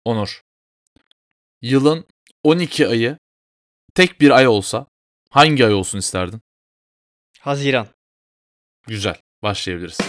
Onur, yılın 12 ayı tek bir ay olsa hangi ay olsun isterdin? Haziran. Güzel, başlayabiliriz.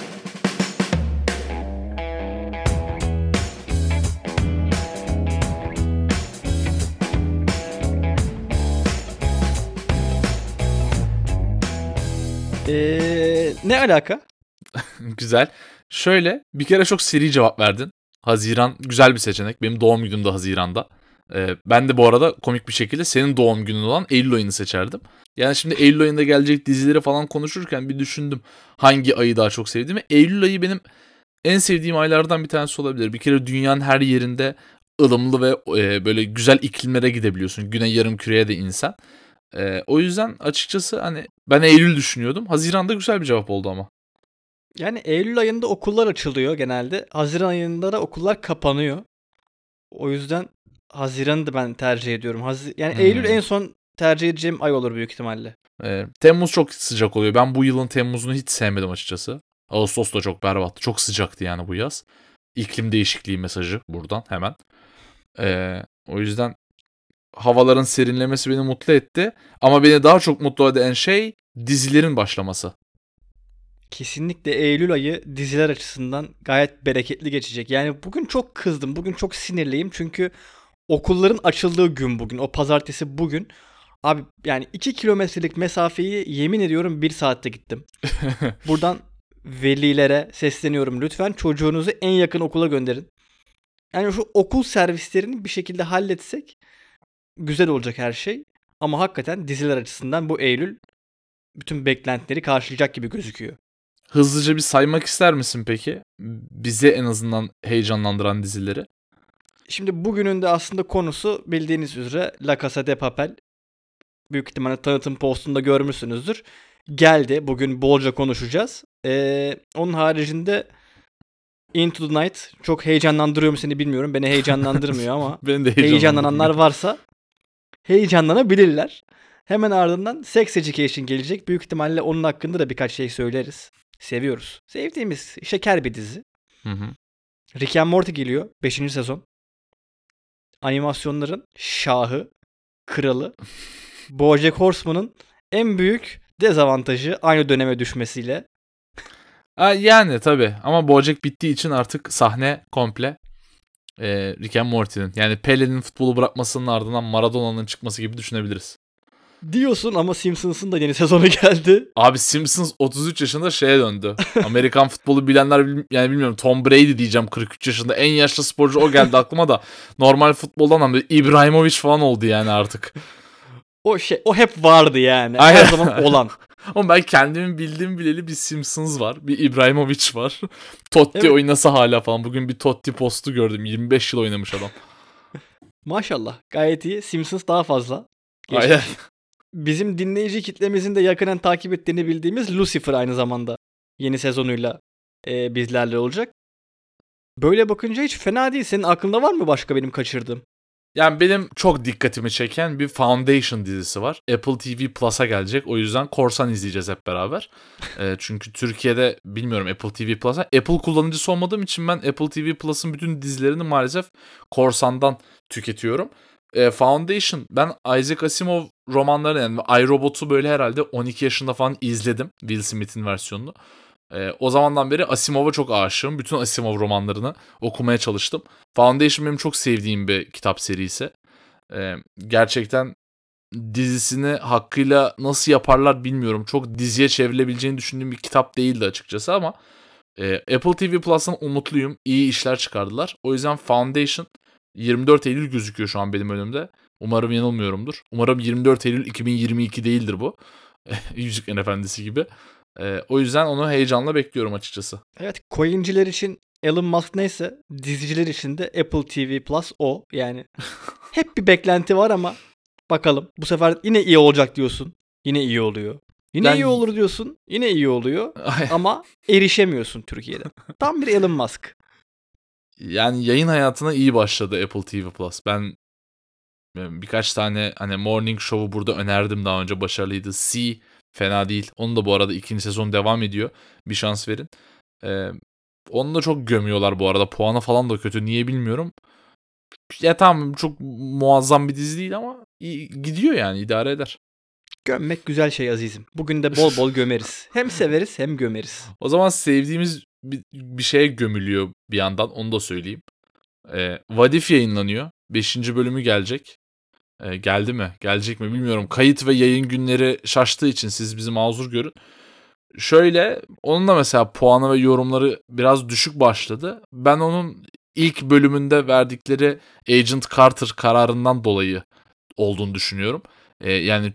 Ne alaka? Güzel. Şöyle, bir kere çok seri cevap verdin. Haziran güzel bir seçenek. Benim doğum günüm de Haziran'da. Ben de bu arada komik bir şekilde senin doğum günün olan Eylül ayını seçerdim. Yani şimdi Eylül ayında gelecek dizileri falan konuşurken bir düşündüm hangi ayı daha çok sevdiğimi. Eylül ayı benim en sevdiğim aylardan bir tanesi olabilir. Bir kere dünyanın her yerinde ılımlı ve böyle güzel iklimlere gidebiliyorsun. Güney yarımküreye de insan. O yüzden açıkçası hani ben Eylül düşünüyordum. Haziran'da güzel bir cevap oldu ama. Yani Eylül ayında okullar açılıyor genelde. Haziran ayında da okullar kapanıyor. O yüzden Haziran'ı da ben tercih ediyorum. Yani Eylül en son tercih edeceğim ay olur büyük ihtimalle. Temmuz çok sıcak oluyor. Ben bu yılın Temmuz'unu hiç sevmedim açıkçası. Ağustos da çok berbattı. Çok sıcaktı yani bu yaz. İklim değişikliği mesajı buradan hemen. O yüzden havaların serinlemesi beni mutlu etti. Ama beni daha çok mutlu eden şey dizilerin başlaması. Kesinlikle Eylül ayı diziler açısından gayet bereketli geçecek. Yani bugün çok kızdım. Bugün çok sinirliyim. Çünkü okulların açıldığı gün bugün. O pazartesi bugün. Abi yani 2 kilometrelik mesafeyi yemin ediyorum 1 saatte gittim. Buradan velilere sesleniyorum. Lütfen çocuğunuzu en yakın okula gönderin. Yani şu okul servislerini bir şekilde halletsek güzel olacak her şey. Ama hakikaten diziler açısından bu Eylül bütün beklentileri karşılayacak gibi gözüküyor. Hızlıca bir saymak ister misin peki? Bizi en azından heyecanlandıran dizileri. Şimdi bugünün de aslında konusu bildiğiniz üzere La Casa de Papel. Büyük ihtimalle tanıtım postunda görmüşsünüzdür. Geldi. Bugün bolca konuşacağız. Onun haricinde Into the Night çok heyecanlandırıyor mu seni bilmiyorum. Beni heyecanlandırmıyor ama Beni de heyecanlananlar heyecanlandırmıyor. varsa heyecanlanabilirler. Hemen ardından Sex Education gelecek. Büyük ihtimalle onun hakkında da birkaç şey söyleriz. Seviyoruz. Sevdiğimiz şeker bir dizi. Hı hı. Rick and Morty geliyor. 5. sezon. Animasyonların şahı, kralı. BoJack Horseman'ın en büyük dezavantajı aynı döneme düşmesiyle. Yani tabii ama BoJack bittiği için artık sahne komple Rick and Morty'nin. Yani Pele'nin futbolu bırakmasının ardından Maradona'nın çıkması gibi düşünebiliriz. Diyorsun ama Simpsons'ın da yeni sezonu geldi. Abi Simpsons 33 yaşında şeye döndü. Amerikan futbolu bilenler yani bilmiyorum, Tom Brady diyeceğim 43 yaşında. En yaşlı sporcu o geldi aklıma da. Normal futboldan ama İbrahimovic falan oldu yani artık. O hep vardı yani. Aynen. Her zaman olan. Ama ben kendimin bildiğim bileli bir Simpsons var. Bir İbrahimovic var. Totti Evet. oynasa hala falan. Bugün bir Totti postu gördüm. 25 yıl oynamış adam. Maşallah. Gayet iyi. Simpsons daha fazla. Aynen. Geçmiş. Bizim dinleyici kitlemizin de yakinen takip ettiğini bildiğimiz Lucifer aynı zamanda yeni sezonuyla bizlerle olacak. Böyle bakınca hiç fena değil. Senin aklında var mı başka benim kaçırdığım? Yani benim çok dikkatimi çeken bir Foundation dizisi var. Apple TV Plus'a gelecek. O yüzden Korsan izleyeceğiz hep beraber. Çünkü Türkiye'de bilmiyorum Apple TV Plus'a. Apple kullanıcısı olmadığım için ben Apple TV Plus'ın bütün dizilerini maalesef Korsan'dan tüketiyorum. Foundation, ben Isaac Asimov romanlarını yani iRobot'u böyle herhalde 12 yaşında falan izledim. Will Smith'in versiyonunu. O zamandan beri Asimov'a çok aşığım. Bütün Asimov romanlarını okumaya çalıştım. Foundation benim çok sevdiğim bir kitap serisi. Gerçekten dizisini hakkıyla nasıl yaparlar bilmiyorum. Çok diziye çevrilebileceğini düşündüğüm bir kitap değildi açıkçası ama Apple TV Plus'tan umutluyum. İyi işler çıkardılar. O yüzden Foundation 24 Eylül gözüküyor şu an benim önümde. Umarım yanılmıyorumdur. Umarım 24 Eylül 2022 değildir bu. Yüzüklerin Efendisi gibi. O yüzden onu heyecanla bekliyorum açıkçası. Evet, coinciler için Elon Musk neyse diziciler için de Apple TV Plus o. Yani hep bir beklenti var ama bakalım. Bu sefer yine iyi olacak diyorsun. Yine iyi oluyor. Yine iyi olur diyorsun. Yine iyi oluyor. Ama erişemiyorsun Türkiye'de. Tam bir Elon Musk. Yani yayın hayatına iyi başladı Apple TV Plus. Ben birkaç tane hani Morning Show'u burada önerdim daha önce, başarılıydı. Fena değil. Onu da bu arada ikinci sezon devam ediyor. Bir şans verin. Onu da çok gömüyorlar bu arada. Puanı falan da kötü. Niye bilmiyorum. Ya tamam, çok muazzam bir dizi değil ama gidiyor yani, idare eder. Gömmek güzel şey azizim. Bugün de bol bol gömeriz. Hem severiz hem gömeriz. O zaman sevdiğimiz bir şeye gömülüyor bir yandan, onu da söyleyeyim. What If yayınlanıyor. 5. bölümü gelecek. Geldi mi? Gelecek mi bilmiyorum. Kayıt ve yayın günleri şaştığı için siz bizi mazur görün. Şöyle, onun da mesela puanı ve yorumları biraz düşük başladı. Ben onun ilk bölümünde verdikleri Agent Carter kararından dolayı olduğunu düşünüyorum. Yani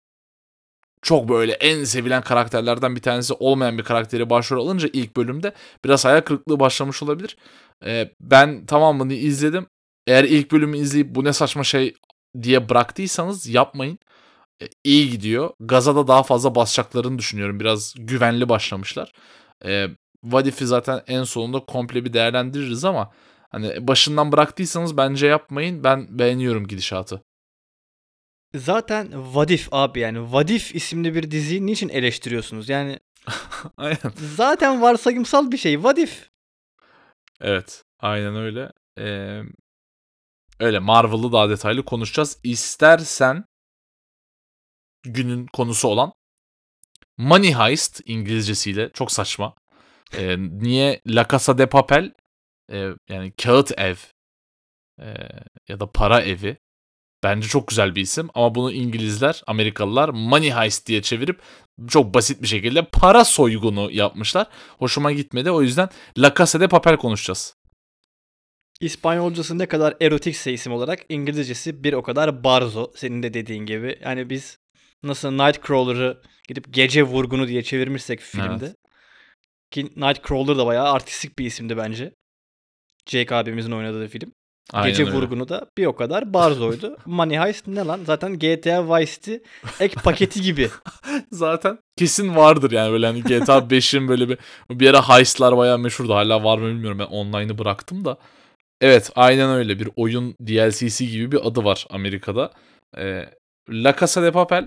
çok böyle en sevilen karakterlerden bir tanesi olmayan bir karakteri başrol alınca ilk bölümde biraz hayal kırıklığı başlamış olabilir. Ben tamamını izledim. Eğer ilk bölümü izleyip bu ne saçma şey diye bıraktıysanız yapmayın. İyi gidiyor. Gaza da daha fazla basacaklarını düşünüyorum. Biraz güvenli başlamışlar. What If'i zaten en sonunda komple bir değerlendiririz ama hani başından bıraktıysanız bence yapmayın. Ben beğeniyorum gidişatı. Zaten What If abi, yani What If isimli bir diziyi niçin eleştiriyorsunuz? Yani Aynen. zaten varsayımsal bir şey. What If? Evet. Aynen öyle. Öyle Marvel'ı daha detaylı konuşacağız. İstersen günün konusu olan Money Heist, İngilizcesiyle çok saçma. Niye La Casa de Papel, yani kağıt ev, ya da para evi, bence çok güzel bir isim ama bunu İngilizler, Amerikalılar Money Heist diye çevirip çok basit bir şekilde para soygunu yapmışlar. Hoşuma gitmedi. O yüzden La Casa de Papel konuşacağız. İspanyolcası ne kadar erotikse isim olarak, İngilizcesi bir o kadar barzo, senin de dediğin gibi. Yani biz nasıl Nightcrawler'ı gidip gece vurgunu diye çevirmişsek filmde. Evet. Ki Nightcrawler da bayağı artistik bir isimdi bence. Jake abimizin oynadığı film. Aynen Gece öyle. vurgunu da bir o kadar barzoydu. Money Heist ne lan? Zaten GTA Vice City ek paketi gibi. Zaten kesin vardır yani, böyle hani GTA 5'in böyle bir ara heist'lar bayağı meşhurdu. Hala var mı bilmiyorum. Ben online'ı bıraktım da. Evet, aynen öyle, bir oyun DLC'si gibi bir adı var Amerika'da. La Casa de Papel,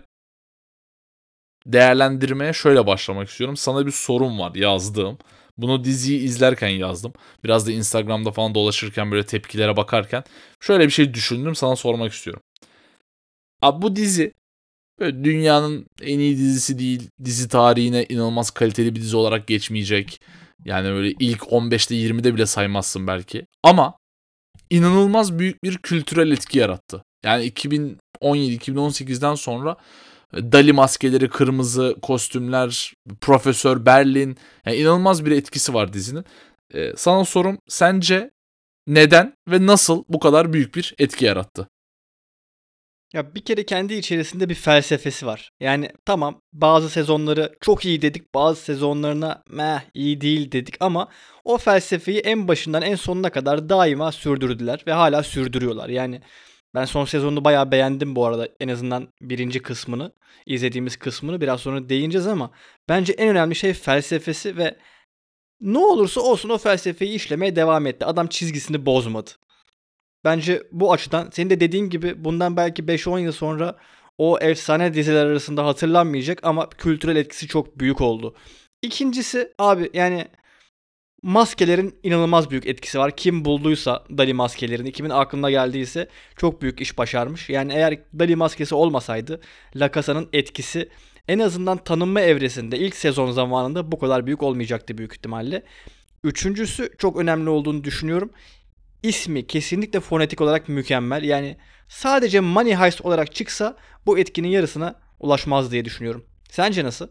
değerlendirmeye şöyle başlamak istiyorum. Sana bir sorum var yazdığım. Bunu diziyi izlerken yazdım. Biraz da Instagram'da falan dolaşırken böyle tepkilere bakarken şöyle bir şey düşündüm, sana sormak istiyorum. Abi bu dizi böyle dünyanın en iyi dizisi değil. Dizi tarihine inanılmaz kaliteli bir dizi olarak geçmeyecek. Yani böyle ilk 15'te 20'de bile saymazsın belki. Ama inanılmaz büyük bir kültürel etki yarattı. Yani 2017-2018'den sonra Dali maskeleri, kırmızı kostümler, Profesör Berlin, yani inanılmaz bir etkisi var dizinin. Sana sorum, sence neden ve nasıl bu kadar büyük bir etki yarattı? Ya bir kere kendi içerisinde bir felsefesi var. Yani tamam, bazı sezonları çok iyi dedik, bazı sezonlarına meh iyi değil dedik ama o felsefeyi en başından en sonuna kadar daima sürdürdüler ve hala sürdürüyorlar. Yani ben son sezonunu bayağı beğendim bu arada. En azından birinci kısmını, izlediğimiz kısmını biraz sonra değineceğiz ama bence en önemli şey felsefesi ve ne olursa olsun o felsefeyi işlemeye devam etti. Adam çizgisini bozmadı. Bence bu açıdan senin de dediğin gibi bundan belki 5-10 yıl sonra o efsane diziler arasında hatırlanmayacak ama kültürel etkisi çok büyük oldu. İkincisi abi, yani maskelerin inanılmaz büyük etkisi var. Kim bulduysa Dali maskelerini, kimin aklına geldiyse çok büyük iş başarmış. Yani eğer Dali maskesi olmasaydı La Casa'nın etkisi en azından tanınma evresinde ilk sezon zamanında bu kadar büyük olmayacaktı büyük ihtimalle. Üçüncüsü çok önemli olduğunu düşünüyorum. İsmi kesinlikle fonetik olarak mükemmel. Yani sadece Money Heist olarak çıksa bu etkinin yarısına ulaşmaz diye düşünüyorum. Sence nasıl?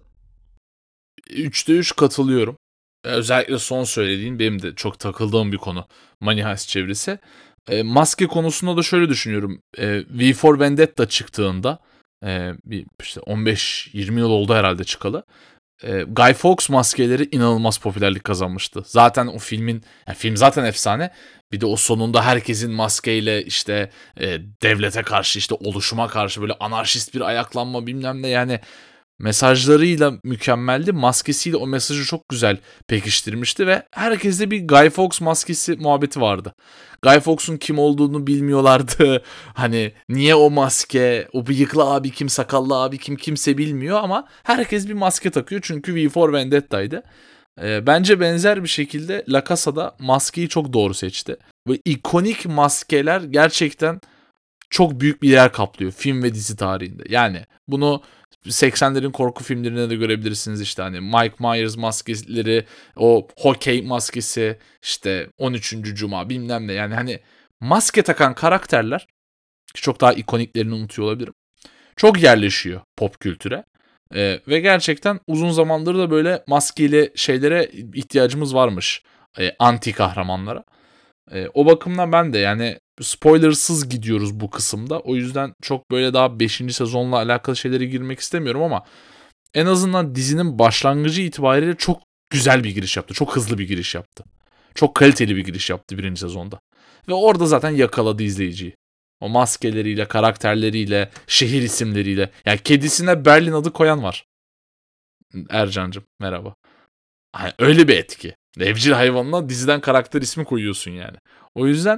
3'te 3 katılıyorum. Özellikle son söylediğin benim de çok takıldığım bir konu. Money Heist çevresi. Maske konusunda da şöyle düşünüyorum. V for Vendetta çıktığında bir işte 15-20 yıl oldu herhalde çıkalı. Guy Fawkes maskeleri inanılmaz popülerlik kazanmıştı. Zaten o filmin, yani film zaten efsane. Bir de o sonunda herkesin maskeyle işte devlete karşı, işte oluşuma karşı böyle anarşist bir ayaklanma bilmem ne, yani mesajlarıyla mükemmeldi. Maskesiyle o mesajı çok güzel pekiştirmişti ve herkeste bir Guy Fawkes maskesi muhabbeti vardı. Guy Fawkes'un kim olduğunu bilmiyorlardı. Hani niye o maske, o bıyıklı abi kim, sakallı abi kim, kimse bilmiyor ama herkes bir maske takıyor çünkü V for Vendetta'ydı. Bence benzer bir şekilde La Casa'da maskeyi çok doğru seçti. Ve ikonik maskeler gerçekten çok büyük bir yer kaplıyor film ve dizi tarihinde. Yani bunu 80'lerin korku filmlerinde de görebilirsiniz işte hani Mike Myers maskeleri, o hokey maskesi, işte 13. Cuma bilmem ne. Yani hani maske takan karakterler, ki çok daha ikoniklerini unutuyor olabilirim, çok yerleşiyor pop kültüre. Ve gerçekten uzun zamandır da böyle maskeli şeylere ihtiyacımız varmış. Anti kahramanlara. O bakımdan ben de yani spoilersız gidiyoruz bu kısımda. O yüzden çok böyle daha 5. sezonla alakalı şeylere girmek istemiyorum ama en azından dizinin başlangıcı itibariyle çok güzel bir giriş yaptı. Çok hızlı bir giriş yaptı. Çok kaliteli bir giriş yaptı 1. sezonda. Ve orada zaten yakaladı izleyiciyi. O maskeleriyle, karakterleriyle, şehir isimleriyle. Yani kedisine Berlin adı koyan var. Ercan'cığım merhaba. Hani öyle bir etki. Evcil hayvanına diziden karakter ismi koyuyorsun yani. O yüzden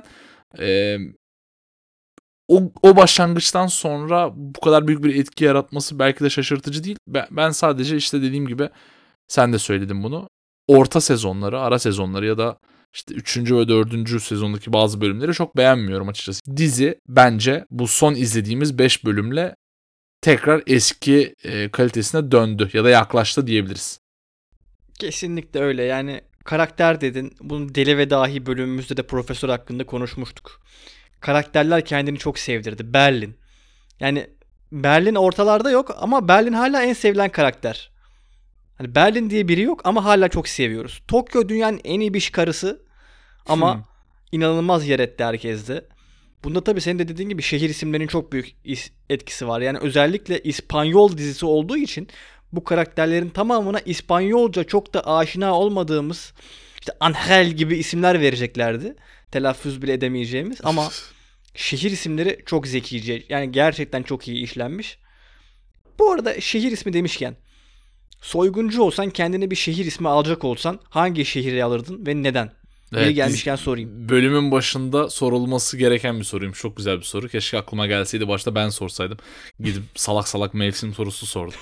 o başlangıçtan sonra bu kadar büyük bir etki yaratması belki de şaşırtıcı değil. Ben sadece işte dediğim gibi, sen de söyledin bunu, orta sezonları, ara sezonları ya da işte 3. ve 4. sezondaki bazı bölümleri çok beğenmiyorum açıkçası. Dizi bence bu son izlediğimiz 5 bölümle tekrar eski kalitesine döndü ya da yaklaştı diyebiliriz. Kesinlikle öyle. Yani karakter dedin. Bunu Deli ve Dahi bölümümüzde de profesör hakkında konuşmuştuk. Karakterler kendini çok sevdirdi. Berlin. Yani Berlin ortalarda yok ama Berlin hala en sevilen karakter. Hani Berlin diye biri yok ama hala çok seviyoruz. Tokyo dünyanın en iyi bir karısı ama inanılmaz yer etti herkeste. Bunda tabii senin de dediğin gibi şehir isimlerinin çok büyük etkisi var. Yani özellikle İspanyol dizisi olduğu için bu karakterlerin tamamına İspanyolca çok da aşina olmadığımız işte Angel gibi isimler vereceklerdi. Telaffuz bile edemeyeceğimiz ama şehir isimleri çok zekice. Yani gerçekten çok iyi işlenmiş. Bu arada şehir ismi demişken, soyguncu olsan, kendine bir şehir ismi alacak olsan hangi şehri alırdın ve neden? Evet, Yeri gelmişken sorayım. Bölümün başında sorulması gereken bir soruymuş. Çok güzel bir soru. Keşke aklıma gelseydi başta ben sorsaydım. Gidip salak salak mevsim sorusu sordum.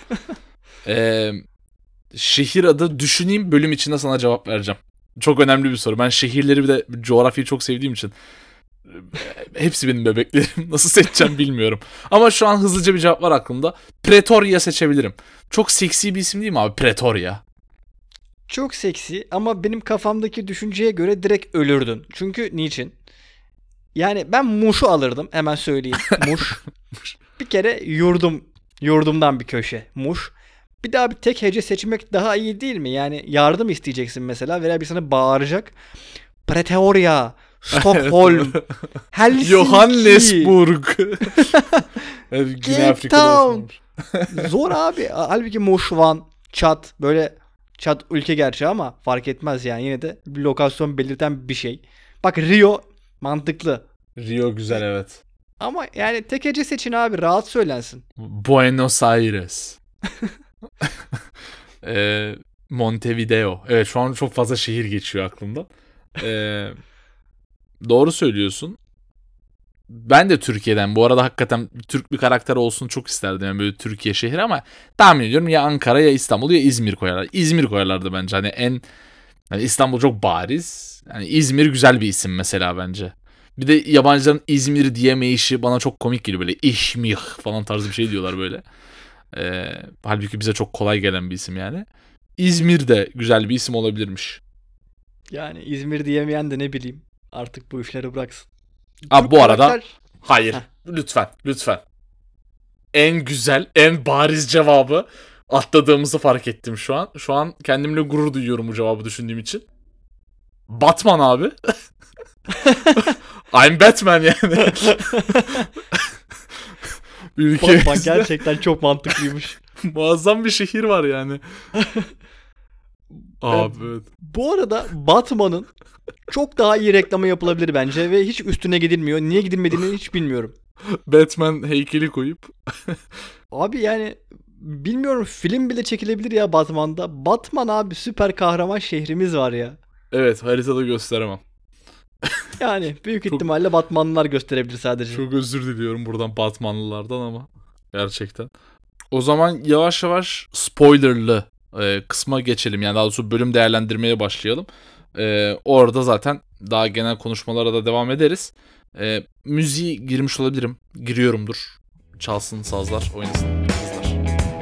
Şehir adı düşüneyim, bölüm içinde sana cevap vereceğim. Çok önemli bir soru. Ben şehirleri bir de coğrafyayı çok sevdiğim için hepsi benim bebeklerim. Nasıl seçeceğim bilmiyorum. Ama şu an hızlıca bir cevap var aklımda. Pretoria seçebilirim. Çok seksi bir isim değil mi abi? Pretoria. Çok seksi ama benim kafamdaki düşünceye göre direkt ölürdün. Çünkü niçin? Yani ben Muş'u alırdım. Hemen söyleyeyim. Muş. Bir kere yurdumdan bir köşe. Muş. Bir daha bir tek hece seçmek daha iyi değil mi? Yani yardım isteyeceksin mesela veya bir sana bağıracak. Pretoria, Stockholm, Helsinki, Johannesburg. Güney Cape Afrika'da Town. Zor abi. Halbuki Muş, Van, Çat, böyle Çat ülke gerçi ama fark etmez yani, yine de bir lokasyon belirten bir şey. Bak Rio mantıklı. Rio güzel, evet. Ama yani tek hece seçin abi, rahat söylensin. Buenos Aires. Montevideo. Evet, şu an çok fazla şehir geçiyor aklımda. Doğru söylüyorsun. Ben de Türkiye'den bu arada hakikaten Türk bir karakter olsun çok isterdim. Yani böyle Türkiye şehri ama tahmin ediyorum ya Ankara ya İstanbul ya İzmir koyarlar. İzmir koyarlardı bence. Hani hani İstanbul çok bariz. Yani İzmir güzel bir isim mesela bence. Bir de yabancıların İzmir diyemeyişi bana çok komik geliyor, böyle İşmih falan tarzı bir şey diyorlar böyle. Halbuki bize çok kolay gelen bir isim yani. İzmir de güzel bir isim olabilirmiş. Yani İzmir diyemeyen de ne bileyim artık bu işleri bıraksın. Abi bu arada karakter... hayır. Lütfen. En güzel, en bariz cevabı atladığımızı fark ettim şu an. Şu an kendimle gurur duyuyorum bu cevabı düşündüğüm için. Batman abi. I'm Batman yani. Batman gerçekten çok mantıklıymış. Muazzam bir şehir var yani. Abi evet. Bu arada Batman'ın çok daha iyi reklamı yapılabilir bence ve hiç üstüne gidilmiyor. Niye gidilmediğini hiç bilmiyorum. Batman heykeli koyup. Abi yani bilmiyorum, film bile çekilebilir ya Batman'da. Batman abi, süper kahraman şehrimiz var ya. Evet, haritada gösteremem. Yani büyük ihtimalle Batmanlılar gösterebilir sadece. Çok özür diliyorum buradan Batmanlılardan ama gerçekten. O zaman yavaş yavaş spoilerlı kısma geçelim. Yani daha doğrusu bölüm değerlendirmeye başlayalım. Orada zaten daha genel konuşmalara da devam ederiz. Müziği girmiş olabilirim. Giriyorumdur. Çalsın sazlar, oynasın kızlar.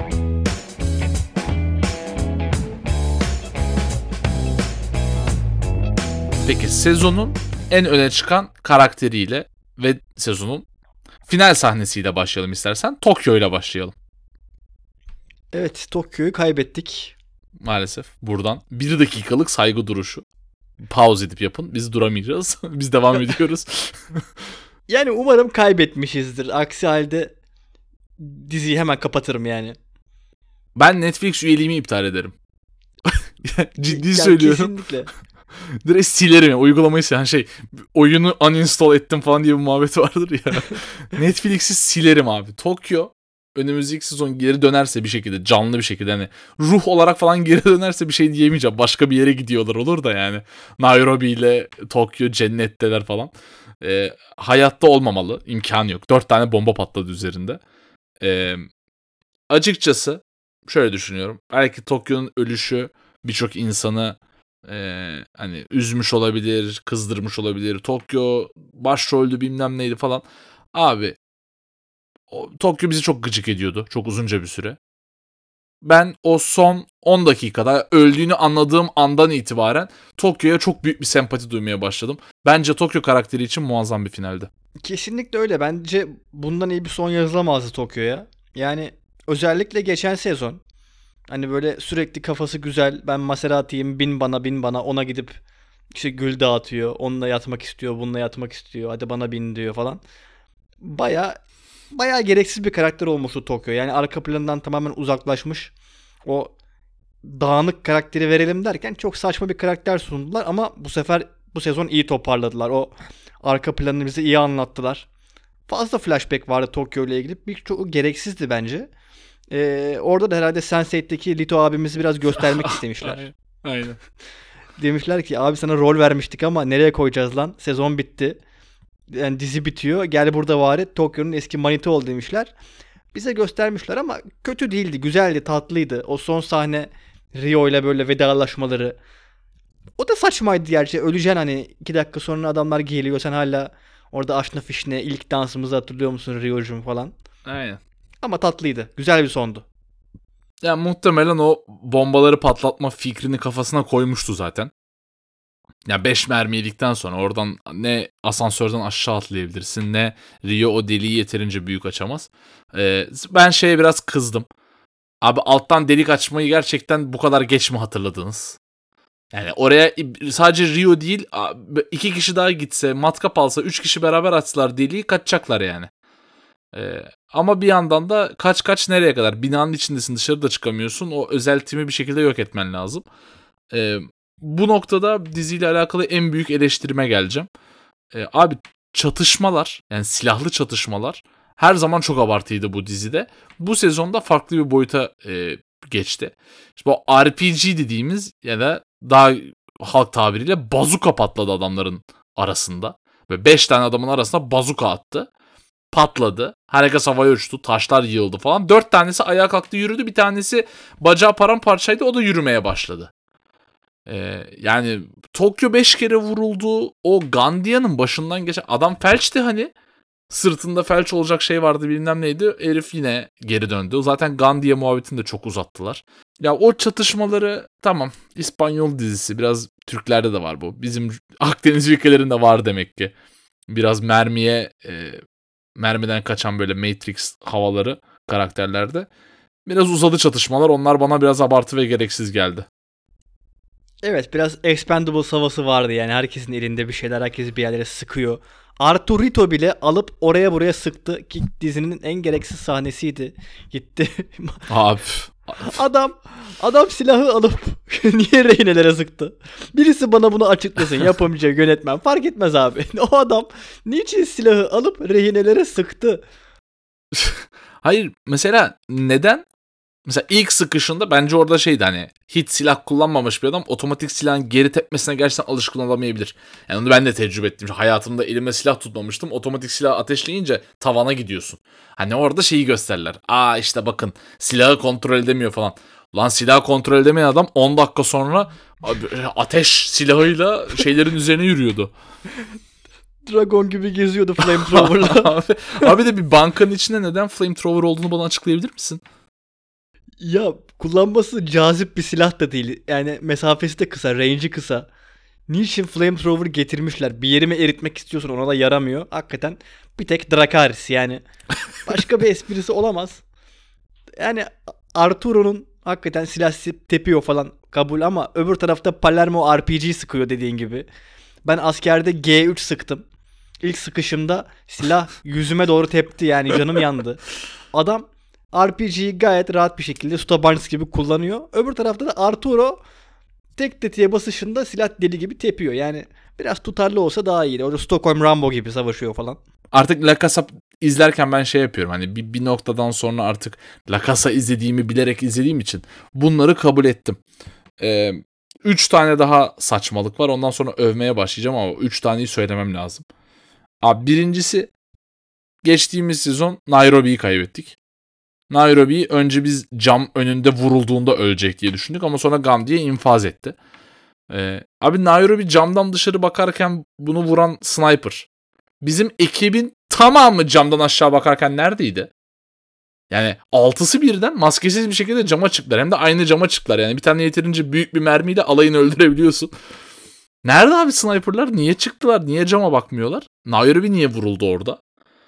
Peki sezonun en öne çıkan karakteriyle ve sezonun final sahnesiyle başlayalım istersen. Tokyo ile başlayalım. Evet, Tokyo'yu kaybettik. Maalesef buradan 1 dakikalık saygı duruşu. Pause edip yapın. Biz duramayacağız. Biz devam ediyoruz. Yani umarım kaybetmişizdir. Aksi halde diziyi hemen kapatırım yani. Ben Netflix üyeliğimi iptal ederim. Ciddi Yani söylüyorum. Kesinlikle. Direkt silerim ya. Uygulamayı yani oyunu uninstall ettim falan diye bir muhabbet vardır ya. Netflix'i silerim abi. Tokyo önümüzdeki sezon geri dönerse bir şekilde, canlı bir şekilde, hani ruh olarak falan geri dönerse bir şey diyemeyeceğim. Başka bir yere gidiyorlar olur da yani. Nairobi ile Tokyo cennetteler falan. Hayatta olmamalı. İmkanı yok. 4 tane bomba patladı üzerinde. Açıkçası şöyle düşünüyorum. Belki Tokyo'nun ölüşü birçok insanı hani üzmüş olabilir, kızdırmış olabilir. Tokyo başroldü bilmem neydi falan. Abi Tokyo bizi çok gıcık ediyordu. Çok uzunca bir süre. Ben o son 10 dakikada öldüğünü anladığım andan itibaren Tokyo'ya çok büyük bir sempati duymaya başladım. Bence Tokyo karakteri için muazzam bir finaldi. Kesinlikle öyle. Bence bundan iyi bir son yazılamazdı Tokyo'ya. Yani özellikle geçen sezon hani böyle sürekli kafası güzel, ben Maserati'yim, bin bana ona gidip işte gül dağıtıyor. Onunla yatmak istiyor, bununla yatmak istiyor. Hadi bana bin diyor falan. Baya gereksiz bir karakter olmuştu Tokyo. Yani arka planından tamamen uzaklaşmış. O dağınık karakteri verelim derken çok saçma bir karakter sundular ama bu sefer bu sezon iyi toparladılar. O arka planını bize iyi anlattılar. Fazla flashback vardı Tokyo ile ilgili. Birçoğu gereksizdi bence. Orada da herhalde Sense8'teki Lito abimizi biraz göstermek istemişler. Aynen. Demişler ki abi sana rol vermiştik ama nereye koyacağız lan? Sezon bitti. Yani dizi bitiyor. Gel burada var et. Tokyo'nun eski manita ol demişler. Bize göstermişler ama kötü değildi. Güzeldi, tatlıydı. O son sahne Rio ile böyle vedalaşmaları. O da saçmaydı gerçi. Öleceksin hani 2 dakika sonra adamlar geliyor. Sen hala orada aşna fişne ilk dansımızı hatırlıyor musun Rio'cum falan. Aynen. Ama tatlıydı. Güzel bir sondu. Ya muhtemelen o bombaları patlatma fikrini kafasına koymuştu zaten. Ya 5 mermi yedikten sonra oradan ne asansörden aşağı atlayabilirsin ne Rio o deliği yeterince büyük açamaz. Ben şeye biraz kızdım. Abi alttan delik açmayı gerçekten bu kadar geç mi hatırladınız? Yani oraya sadece Rio değil 2 kişi daha gitse, matkap alsa, 3 kişi beraber açsalar deliği kaçacaklar yani. Ama bir yandan da kaç nereye kadar? Binanın içindesin, dışarı da çıkamıyorsun. O özel timi bir şekilde yok etmen lazım. Bu noktada diziyle alakalı en büyük eleştirime geleceğim. Abi çatışmalar, yani silahlı çatışmalar her zaman çok abartıydı bu dizide. Bu sezonda farklı bir boyuta geçti. İşte bu RPG dediğimiz ya da daha halk tabiriyle bazuka patladı adamların arasında. Ve 5 tane adamın arasında bazuka attı. Patladı. Herkes havaya uçtu. Taşlar yığıldı falan. 4 tanesi ayağa kalktı yürüdü. Bir tanesi bacağı paramparçaydı. O da yürümeye başladı. Yani Tokyo 5 kere vuruldu. O Gandia'nın başından geçen adam felçti hani. Sırtında felç olacak şey vardı bilmem neydi. Herif yine geri döndü. Zaten Gandia muhabbetini de çok uzattılar. Ya o çatışmaları tamam. İspanyol dizisi. Biraz Türklerde de var bu. Bizim Akdeniz ülkelerinde var demek ki. Biraz mermiden kaçan böyle Matrix havaları karakterlerde. Biraz uzadı çatışmalar. Onlar bana biraz abartı ve gereksiz geldi. Evet, biraz Expendables havası vardı yani. Herkesin elinde bir şeyler, herkes bir yerlere sıkıyor. Arturito bile alıp oraya buraya sıktı ki dizinin en gereksiz sahnesiydi. Gitti. Abi. Adam silahı alıp niye rehinelere sıktı? Birisi bana bunu açıklasın. Yapamayacak yönetmen. Fark etmez abi. O adam niçin silahı alıp rehinelere sıktı? Hayır mesela neden Mesela ilk sıkışında bence orada şeydi hani hiç silah kullanmamış bir adam otomatik silahın geri tepmesine gerçekten alışkın olamayabilir. Yani onu ben de tecrübe ettim. Hayatımda elime silah tutmamıştım. Otomatik silah ateşleyince tavana gidiyorsun. Hani orada şeyi gösterirler. İşte bakın silahı kontrol edemiyor falan. Lan silahı kontrol edemeyen adam 10 dakika sonra ateş silahıyla şeylerin üzerine yürüyordu. Dragon gibi geziyordu flamethrower'la. abi de bir bankanın içinde neden flamethrower olduğunu bana açıklayabilir misin? Ya kullanması cazip bir silah da değil. Yani mesafesi de kısa, range'i kısa. Niçin flamethrower getirmişler? Bir yerimi eritmek istiyorsun, ona da yaramıyor. Hakikaten bir tek Drakaris yani. Başka bir esprisi olamaz. Yani Arturo'nun hakikaten silah tepiyor falan kabul ama öbür tarafta Palermo RPG sıkıyor dediğin gibi. Ben askerde G3 sıktım. İlk sıkışımda silah yüzüme doğru tepti, yani canım yandı. Adam RPG'yi gayet rahat bir şekilde Suda Barnes gibi kullanıyor. Öbür tarafta da Arturo tek tetiğe basışında silah deli gibi tepiyor. Yani biraz tutarlı olsa daha iyiydi. Orada Stockholm Rambo gibi savaşıyor falan. Artık La Casa izlerken ben şey yapıyorum. Hani bir noktadan sonra artık La Casa izlediğimi bilerek izlediğim için bunları kabul ettim. 3 tane daha saçmalık var. Ondan sonra övmeye başlayacağım ama 3 taneyi söylemem lazım. Abi birincisi geçtiğimiz sezon Nairobi'yi kaybettik. Nairobi'yi önce biz cam önünde vurulduğunda ölecek diye düşündük ama sonra Gandhi'ye infaz etti. Abi Nairobi camdan dışarı bakarken bunu vuran sniper. Bizim ekibin tamamı camdan aşağı bakarken neredeydi? Yani 6'sı birden maskesiz bir şekilde cama çıktılar. Hem de aynı cama çıktılar. Yani bir tane yeterince büyük bir mermiyle alayını öldürebiliyorsun. Nerede abi sniperlar? Niye çıktılar? Niye cama bakmıyorlar? Nairobi niye vuruldu orada?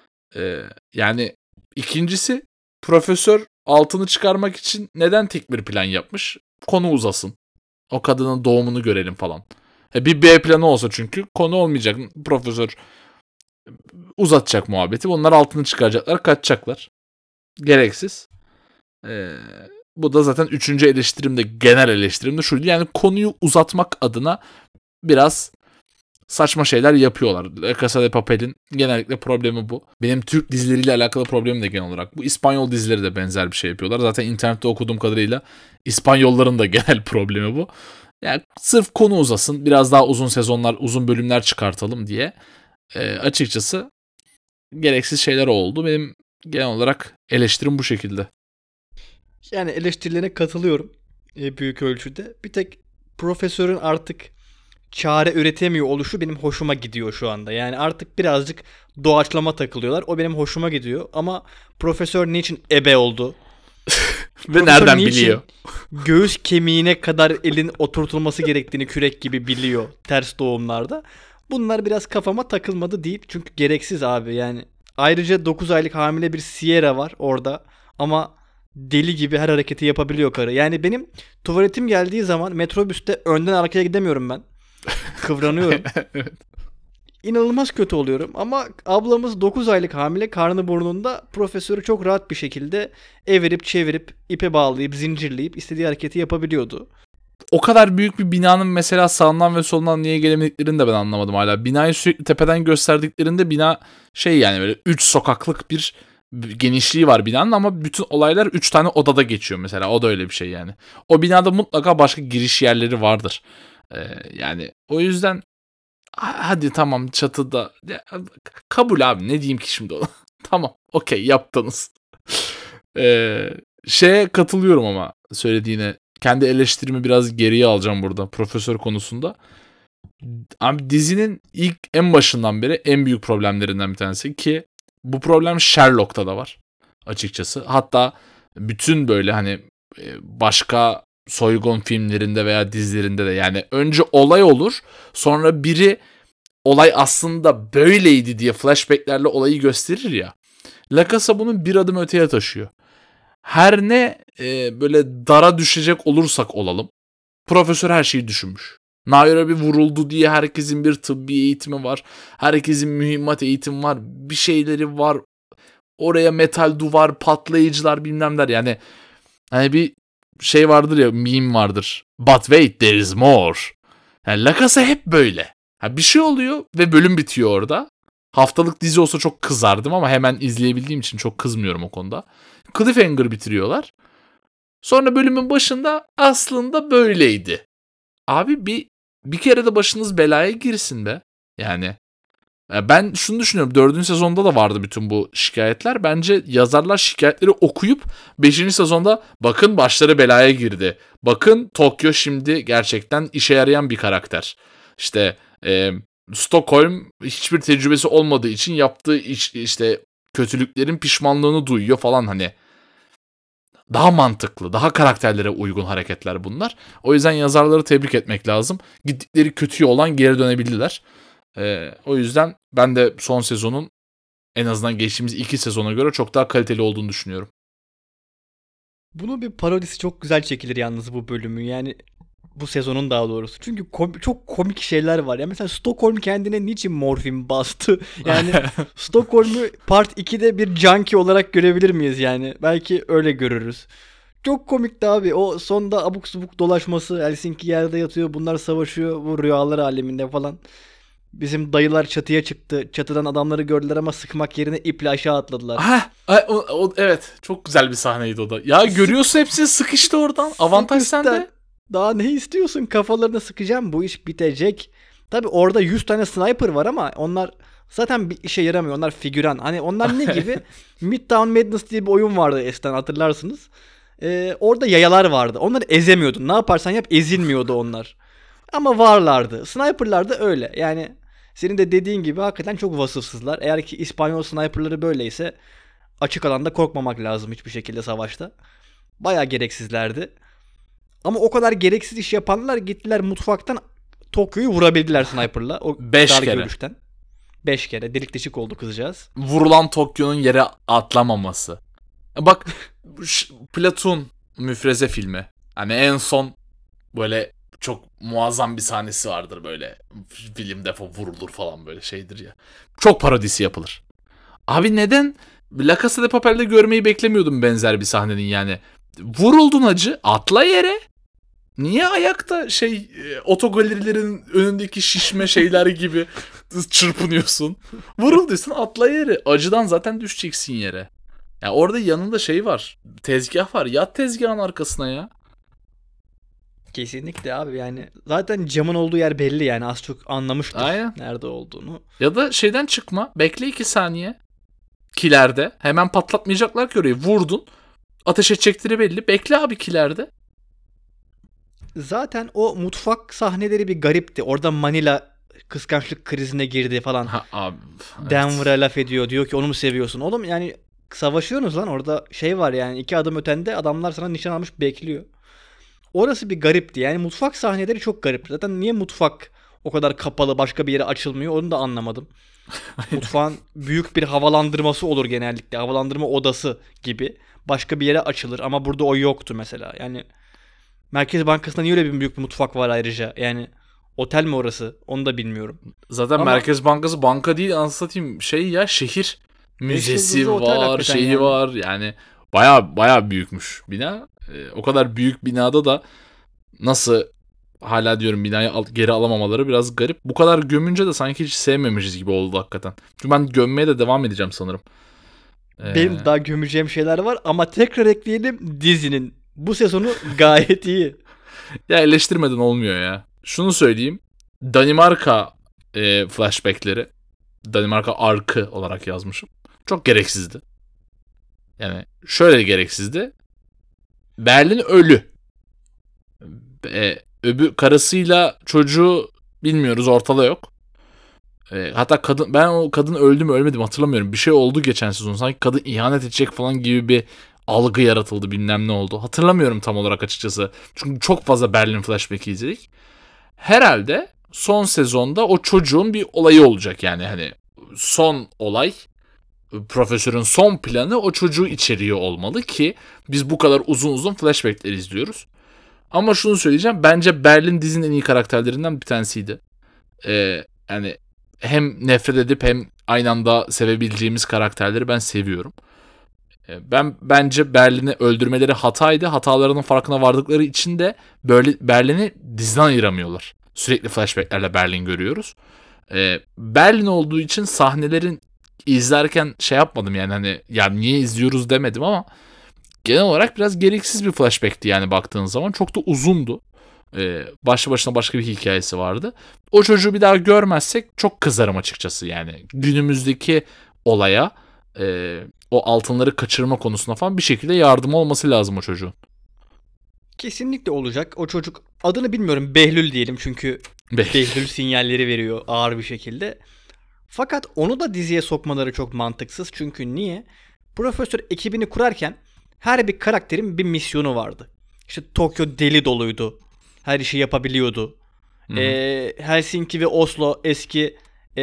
Yani ikincisi profesör altını çıkarmak için neden tek bir plan yapmış? Konu uzasın. O kadının doğumunu görelim falan. Bir B planı olsa çünkü konu olmayacak. Profesör uzatacak muhabbeti. Onlar altını çıkaracaklar, kaçacaklar. Gereksiz. Bu da zaten 3. eleştirimde, genel eleştirimde şuydu. Yani konuyu uzatmak adına biraz saçma şeyler yapıyorlar. La Casa de Papel'in genellikle problemi bu. Benim Türk dizileriyle alakalı problemim de genel olarak bu. İspanyol dizileri de benzer bir şey yapıyorlar. Zaten internette okuduğum kadarıyla İspanyolların da genel problemi bu. Yani sırf konu uzasın, biraz daha uzun sezonlar, uzun bölümler çıkartalım diye açıkçası gereksiz şeyler oldu. Benim genel olarak eleştirim bu şekilde. Yani eleştirilerine katılıyorum büyük ölçüde. Bir tek profesörün artık çare üretemiyor oluşu benim hoşuma gidiyor şu anda. Yani artık birazcık doğaçlama takılıyorlar. O benim hoşuma gidiyor. Ama profesör niçin ebe oldu? Ve Profesör nereden niçin biliyor? göğüs kemiğine kadar elin oturtulması gerektiğini kürek gibi biliyor ters doğumlarda. Bunlar biraz kafama takılmadı değil. Çünkü gereksiz abi yani. Ayrıca 9 aylık hamile bir Sierra var orada. Ama deli gibi her hareketi yapabiliyor karı. Yani benim tuvaletim geldiği zaman metrobüste önden arkaya gidemiyorum ben. Kıvranıyorum. Evet. İnanılmaz kötü oluyorum ama ablamız 9 aylık hamile, karnı burnunda, profesörü çok rahat bir şekilde evirip çevirip ipe bağlayıp zincirleyip istediği hareketi yapabiliyordu. O kadar büyük bir binanın mesela sağından ve solundan niye gelemediklerini de ben anlamadım hala. Binayı sürekli tepeden gösterdiklerinde bina şey yani böyle 3 sokaklık bir genişliği var binanın ama bütün olaylar 3 tane odada geçiyor mesela. O da öyle bir şey yani. O binada mutlaka başka giriş yerleri vardır. Yani o yüzden hadi tamam çatıda kabul abi ne diyeyim ki şimdi ona. Tamam okey yaptınız. Şeye katılıyorum ama söylediğine. Kendi eleştirimi biraz geriye alacağım burada profesör konusunda. Abi dizinin ilk en başından beri en büyük problemlerinden bir tanesi ki bu problem Sherlock'ta da var açıkçası. Hatta bütün böyle hani başka soygun filmlerinde veya dizilerinde de yani önce olay olur sonra biri olay aslında böyleydi diye flashbacklerle olayı gösterir ya. La Casa bunun bir adım öteye taşıyor. Her ne böyle dara düşecek olursak olalım. Profesör her şeyi düşünmüş. Nairobi vuruldu diye herkesin bir tıbbi eğitimi var. Herkesin mühimmat eğitimi var. Bir şeyleri var. Oraya metal duvar, patlayıcılar bilmemler. Yani hani bir şey vardır ya, meme vardır. But wait, there is more. Yani La Casa hep böyle. Bir şey oluyor ve bölüm bitiyor orada. Haftalık dizi olsa çok kızardım ama hemen izleyebildiğim için çok kızmıyorum o konuda. Cliffhanger bitiriyorlar. Sonra bölümün başında aslında böyleydi. Abi bir kere de başınız belaya girsin be. Yani ben şunu düşünüyorum. 4. sezonda da vardı bütün bu şikayetler. Bence yazarlar şikayetleri okuyup 5. sezonda bakın başları belaya girdi. Bakın Tokyo şimdi gerçekten işe yarayan bir karakter. İşte Stockholm hiçbir tecrübesi olmadığı için yaptığı işte kötülüklerin pişmanlığını duyuyor falan hani. Daha mantıklı, daha karakterlere uygun hareketler bunlar. O yüzden yazarları tebrik etmek lazım. Gittikleri kötü yoldan geri dönebildiler. O yüzden ben de son sezonun en azından geçtiğimiz 2 sezona göre çok daha kaliteli olduğunu düşünüyorum. Bunun bir parodisi çok güzel çekilir yalnız bu bölümü. Yani bu sezonun daha doğrusu. Çünkü çok komik şeyler var. Ya mesela Stockholm kendine niçin morfin bastı? Yani Stockholm'u Part 2'de bir junkie olarak görebilir miyiz yani? Belki öyle görürüz. Çok komikti abi. O sonda abuk subuk dolaşması. Helsinki yerde yatıyor. Bunlar savaşıyor. Bu rüyalar aleminde falan. Bizim dayılar çatıya çıktı. Çatıdan adamları gördüler ama sıkmak yerine iple aşağı atladılar. Evet, çok güzel bir sahneydi o da. Ya görüyorsun hepsini sıkıştı oradan. Avantaj sende. Daha ne istiyorsun? Kafalarına sıkacağım. Bu iş bitecek. Tabi orada 100 tane sniper var ama onlar zaten bir işe yaramıyor. Onlar figüran. Hani onlar ne gibi? Midtown Madness diye bir oyun vardı eskiden, hatırlarsınız. Orada yayalar vardı. Onları ezemiyordun. Ne yaparsan yap ezilmiyordu onlar. Ama varlardı. Sniper'lar da öyle. Yani senin de dediğin gibi hakikaten çok vasıfsızlar. Eğer ki İspanyol sniper'ları böyleyse açık alanda korkmamak lazım hiçbir şekilde savaşta. Bayağı gereksizlerdi. Ama o kadar gereksiz iş yapanlar gittiler mutfaktan Tokyo'yu vurabildiler sniper'la. O 5 dar kere. görüşten. 5 kere. Delik deşik oldu kızcağız. Vurulan Tokyo'nun yere atlamaması. Bak Platoon müfreze filmi. Hani en son böyle çok muazzam bir sahnesi vardır böyle. Willem Dafoe vurulur falan böyle şeydir ya. Çok parodisi yapılır. Abi neden? La Casa de Papel'de görmeyi beklemiyordum benzer bir sahnenin yani. Vuruldun hacı, atla yere. Niye ayakta otogallerilerin önündeki şişme şeyler gibi çırpınıyorsun? Vurulduysan atla yere. Acıdan zaten düşeceksin yere. Ya orada yanında var. Tezgah var. Yat tezgahın arkasına ya. Kesinlikle abi, yani zaten camın olduğu yer belli, yani az çok anlamıştır Aynen. nerede olduğunu. Ya da şeyden çıkma. Bekle 2 saniye. Kilerde. Hemen patlatmayacaklar ki orayı. Vurdun. Ateş edecekleri belli. Bekle abi kilerde. Zaten o mutfak sahneleri bir garipti. Orada Manila kıskançlık krizine girdi falan. Ha abi. Evet. Denver'a laf ediyor. Diyor ki onu mu seviyorsun? Oğlum yani savaşıyorsunuz lan. Orada var yani 2 adım ötende adamlar sana nişan almış bekliyor. Orası bir garipti. Yani mutfak sahneleri çok garip. Zaten niye mutfak o kadar kapalı, başka bir yere açılmıyor onu da anlamadım. Mutfağın büyük bir havalandırması olur genellikle. Havalandırma odası gibi. Başka bir yere açılır ama burada o yoktu mesela. Yani Merkez Bankası'nda niye öyle bir büyük bir mutfak var ayrıca? Yani otel mi orası? Onu da bilmiyorum. Zaten Ama Merkez Bankası banka değil, anlatayım şehir müzesi yıldızlı otel var, hakikaten yani. var yani baya büyükmüş bina. O kadar büyük binada da nasıl hala diyorum binayı geri alamamaları biraz garip. Bu kadar gömünce de sanki hiç sevmemişiz gibi oldu hakikaten. Çünkü ben gömmeye de devam edeceğim sanırım. Benim daha gömeceğim şeyler var ama tekrar ekleyelim, dizinin bu sezonu gayet iyi. Ya eleştirmeden olmuyor ya. Şunu söyleyeyim. Danimarka flashbackleri, Danimarka arkı olarak yazmışım. Çok gereksizdi. Yani şöyle gereksizdi. Berlin ölü. Karısıyla çocuğu bilmiyoruz, ortada yok. Hatta ben o kadın öldü mü ölmedi mi hatırlamıyorum. Bir şey oldu geçen sezon. Sanki kadın ihanet edecek falan gibi bir algı yaratıldı, bilmem ne oldu. Hatırlamıyorum tam olarak açıkçası. Çünkü çok fazla Berlin flashback'i izledik. Herhalde son sezonda o çocuğun bir olayı olacak yani hani son olay, profesörün son planı o çocuğu içeriyor olmalı ki biz bu kadar uzun flashback'ler izliyoruz. Ama şunu söyleyeceğim, bence Berlin dizinin en iyi karakterlerinden bir tanesiydi. Yani hem nefret edip hem aynı anda sevebileceğimiz karakterleri ben seviyorum. Bence Berlin'i öldürmeleri hataydı. Hatalarının farkına vardıkları için de böyle Berlin'i diziden ayıramıyorlar. Sürekli flashbacklerle Berlin görüyoruz. Berlin olduğu için sahnelerin izlerken yapmadım yani hani ya niye izliyoruz demedim ama genel olarak biraz gereksiz bir flashback'ti yani baktığın zaman. Çok da uzundu. Başlı başına başka bir hikayesi vardı. O çocuğu bir daha görmezsek çok kızarım açıkçası yani. Günümüzdeki olaya o altınları kaçırma konusunda falan bir şekilde yardım olması lazım o çocuğun. Kesinlikle olacak. O çocuk, adını bilmiyorum, Behlül diyelim çünkü Behlül sinyalleri veriyor ağır bir şekilde. Fakat onu da diziye sokmaları çok mantıksız. Çünkü niye? Profesör ekibini kurarken her bir karakterin bir misyonu vardı. İşte Tokyo deli doluydu. Her işi yapabiliyordu. Helsinki ve Oslo eski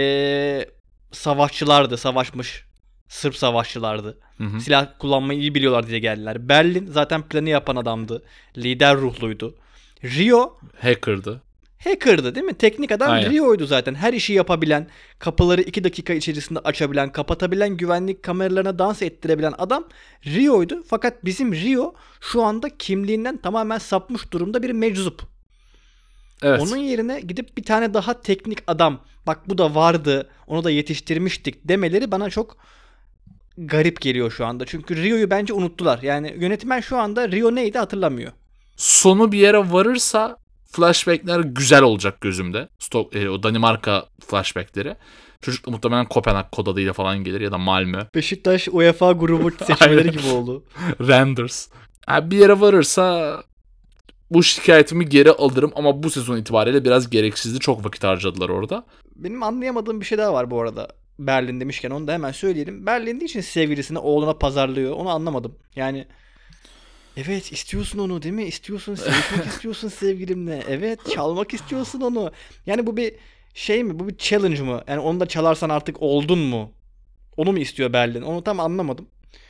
savaşçılardı. Savaşmış Sırp savaşçılardı. Silah kullanmayı iyi biliyorlar diye geldiler. Berlin zaten planı yapan adamdı. Lider ruhluydu. Rio hacker'dı değil mi? Teknik adam. Aynen. Rio'ydu zaten. Her işi yapabilen, kapıları 2 dakika içerisinde açabilen, kapatabilen, güvenlik kameralarına dans ettirebilen adam Rio'ydu. Fakat bizim Rio şu anda kimliğinden tamamen sapmış durumda bir meczup. Evet. Onun yerine gidip bir tane daha teknik adam, bak bu da vardı, onu da yetiştirmiştik demeleri bana çok garip geliyor şu anda. Çünkü Rio'yu bence unuttular. Yani yönetmen şu anda Rio neydi hatırlamıyor. Sonu bir yere varırsa flashbackler güzel olacak gözümde. O Danimarka flashbackleri. Çocuk da muhtemelen Kopenhag kod adıyla falan gelir ya da Malmö. Beşiktaş UEFA grubu seçmeleri gibi oldu. Renders. Yani bir yere varırsa bu şikayetimi geri alırım ama bu sezon itibariyle biraz gereksizdi. Çok vakit harcadılar orada. Benim anlayamadığım bir şey daha var bu arada. Berlin demişken onu da hemen söyleyelim. Berlin için sevgilisini oğluna pazarlıyor. Onu anlamadım. Yani evet, istiyorsun onu değil mi? İstiyorsun, sevişmek istiyorsun sevgilimle. Evet, çalmak istiyorsun onu. Yani bu bir şey mi? Bu bir challenge mı? Yani onu da çalarsan artık oldun mu? Onu mu istiyor Berlin? Onu tam anlamadım.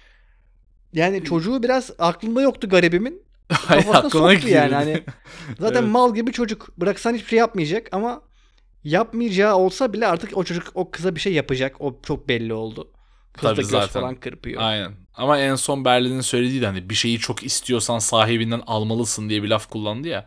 Yani çocuğu biraz aklında yoktu garibimin. Kafasına soktu yani. Hani zaten evet. Mal gibi çocuk. Bıraksan hiçbir şey yapmayacak ama yapmayacağı olsa bile artık o çocuk o kıza bir şey yapacak. O çok belli oldu. Kız da göz zaten falan kırpıyor. Aynen. Ama en son Berlin'in söylediği de hani bir şeyi çok istiyorsan sahibinden almalısın diye bir laf kullandı ya.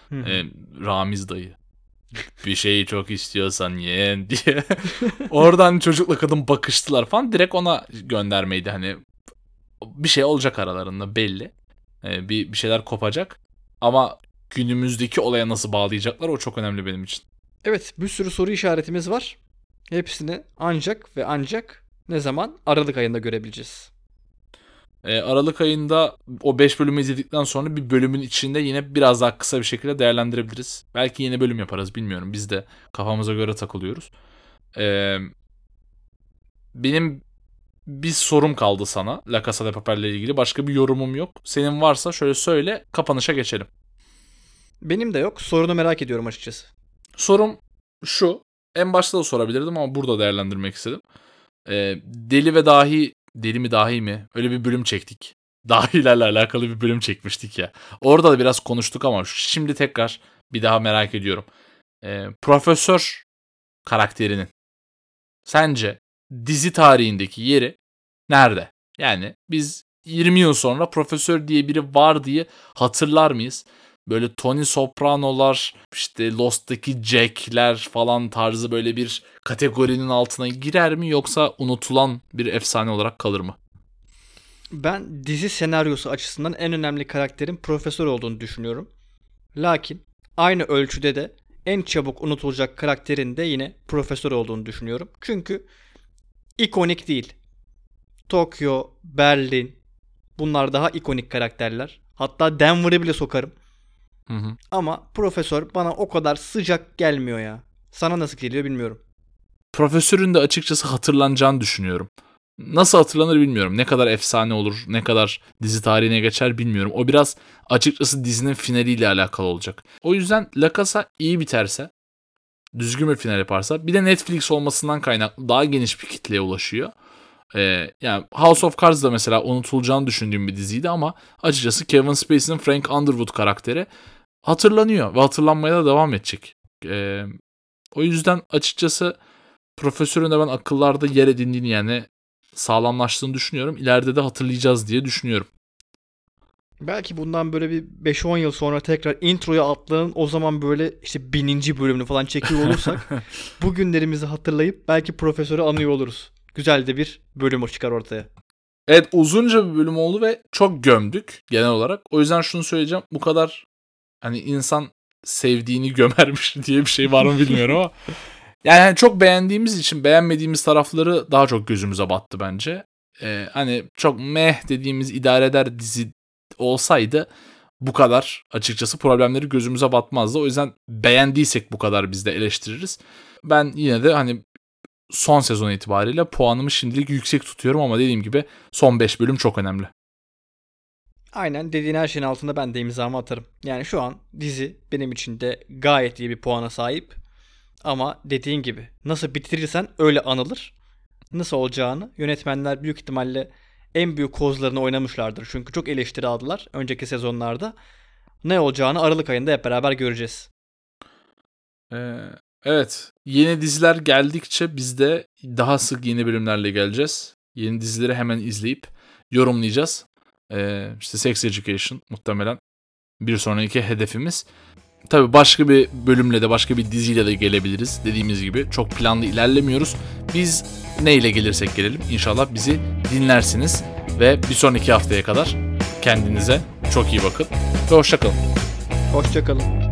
Ramiz dayı. Bir şeyi çok istiyorsan ye diye. Oradan çocukla kadın bakıştılar falan. Direkt ona göndermeydi hani. Bir şey olacak aralarında belli. Bir şeyler kopacak. Ama günümüzdeki olaya nasıl bağlayacaklar o çok önemli benim için. Evet, bir sürü soru işaretimiz var. Hepsini ancak ve ancak ne zaman? Aralık ayında görebileceğiz. Aralık ayında o 5 bölümü izledikten sonra bir bölümün içinde yine biraz daha kısa bir şekilde değerlendirebiliriz. Belki yeni bölüm yaparız, bilmiyorum. Biz de kafamıza göre takılıyoruz. Benim bir sorum kaldı sana La Casa de Papel'le ilgili. Başka bir yorumum yok. Senin varsa şöyle söyle, kapanışa geçelim. Benim de yok. Sorunu merak ediyorum açıkçası. Sorum şu. En başta da sorabilirdim ama burada değerlendirmek istedim. Deli ve dahi, deli mi dahi mi? Öyle bir bölüm çektik. Dahilerle alakalı bir bölüm çekmiştik ya. Orada da biraz konuştuk ama şimdi tekrar bir daha merak ediyorum. Profesör karakterinin sence dizi tarihindeki yeri nerede? Yani biz 20 yıl sonra profesör diye biri var diye hatırlar mıyız? Böyle Tony Soprano'lar, işte Lost'taki Jack'ler falan tarzı böyle bir kategorinin altına girer mi yoksa unutulan bir efsane olarak kalır mı? Ben dizi senaryosu açısından en önemli karakterin profesör olduğunu düşünüyorum. Lakin aynı ölçüde de en çabuk unutulacak karakterin de yine profesör olduğunu düşünüyorum. Çünkü ikonik değil. Tokyo, Berlin, bunlar daha ikonik karakterler. Hatta Denver'ı bile sokarım. Hı. Ama profesör bana o kadar sıcak gelmiyor ya. Sana nasıl geliyor bilmiyorum. Profesörün de açıkçası hatırlanacağını düşünüyorum. Nasıl hatırlanır bilmiyorum. Ne kadar efsane olur, ne kadar dizi tarihine geçer bilmiyorum. O biraz açıkçası dizinin finaliyle alakalı olacak. O yüzden La Casa iyi biterse, düzgün bir final yaparsa, bir de Netflix olmasından kaynaklı daha geniş bir kitleye ulaşıyor. Yani House of Cards da mesela unutulacağını düşündüğüm bir diziydi ama açıkçası Kevin Spacey'nin Frank Underwood karakteri hatırlanıyor ve hatırlanmaya da devam edecek. O yüzden açıkçası profesörün de ben akıllarda yer edindiğini, yani sağlamlaştığını düşünüyorum. İleride de hatırlayacağız diye düşünüyorum. Belki bundan böyle bir 5-10 yıl sonra tekrar introya atlanın, o zaman böyle işte 1000. bölümünü falan çekiyor olursak bu günlerimizi hatırlayıp belki profesörü anıyor oluruz. Güzel de bir bölüm çıkar ortaya. Evet, uzunca bir bölüm oldu ve çok gömdük genel olarak. O yüzden şunu söyleyeceğim. Bu kadar hani insan sevdiğini gömermiş diye bir şey var mı bilmiyorum ama. Yani çok beğendiğimiz için beğenmediğimiz tarafları daha çok gözümüze battı bence. Hani çok meh dediğimiz idare eder dizi olsaydı bu kadar açıkçası problemleri gözümüze batmazdı. O yüzden beğendiysek bu kadar biz de eleştiririz. Ben yine de hani son sezon itibariyle puanımı şimdilik yüksek tutuyorum ama dediğim gibi son 5 bölüm çok önemli. Aynen dediğin her şeyin altında ben de imzamı atarım. Yani şu an dizi benim için de gayet iyi bir puana sahip. Ama dediğin gibi nasıl bitirirsen öyle anılır. Nasıl olacağını yönetmenler büyük ihtimalle en büyük kozlarını oynamışlardır. Çünkü çok eleştiri aldılar önceki sezonlarda. Ne olacağını Aralık ayında hep beraber göreceğiz. Ee, evet, yeni diziler geldikçe biz de daha sık yeni bölümlerle geleceğiz. Yeni dizileri hemen izleyip yorumlayacağız. İşte Sex Education muhtemelen bir sonraki hedefimiz. Tabii başka bir bölümle de başka bir diziyle de gelebiliriz. Dediğimiz gibi çok planlı ilerlemiyoruz. Biz neyle gelirsek gelelim inşallah bizi dinlersiniz. Ve bir sonraki haftaya kadar kendinize çok iyi bakın ve hoşça kalın. Hoşçakalın.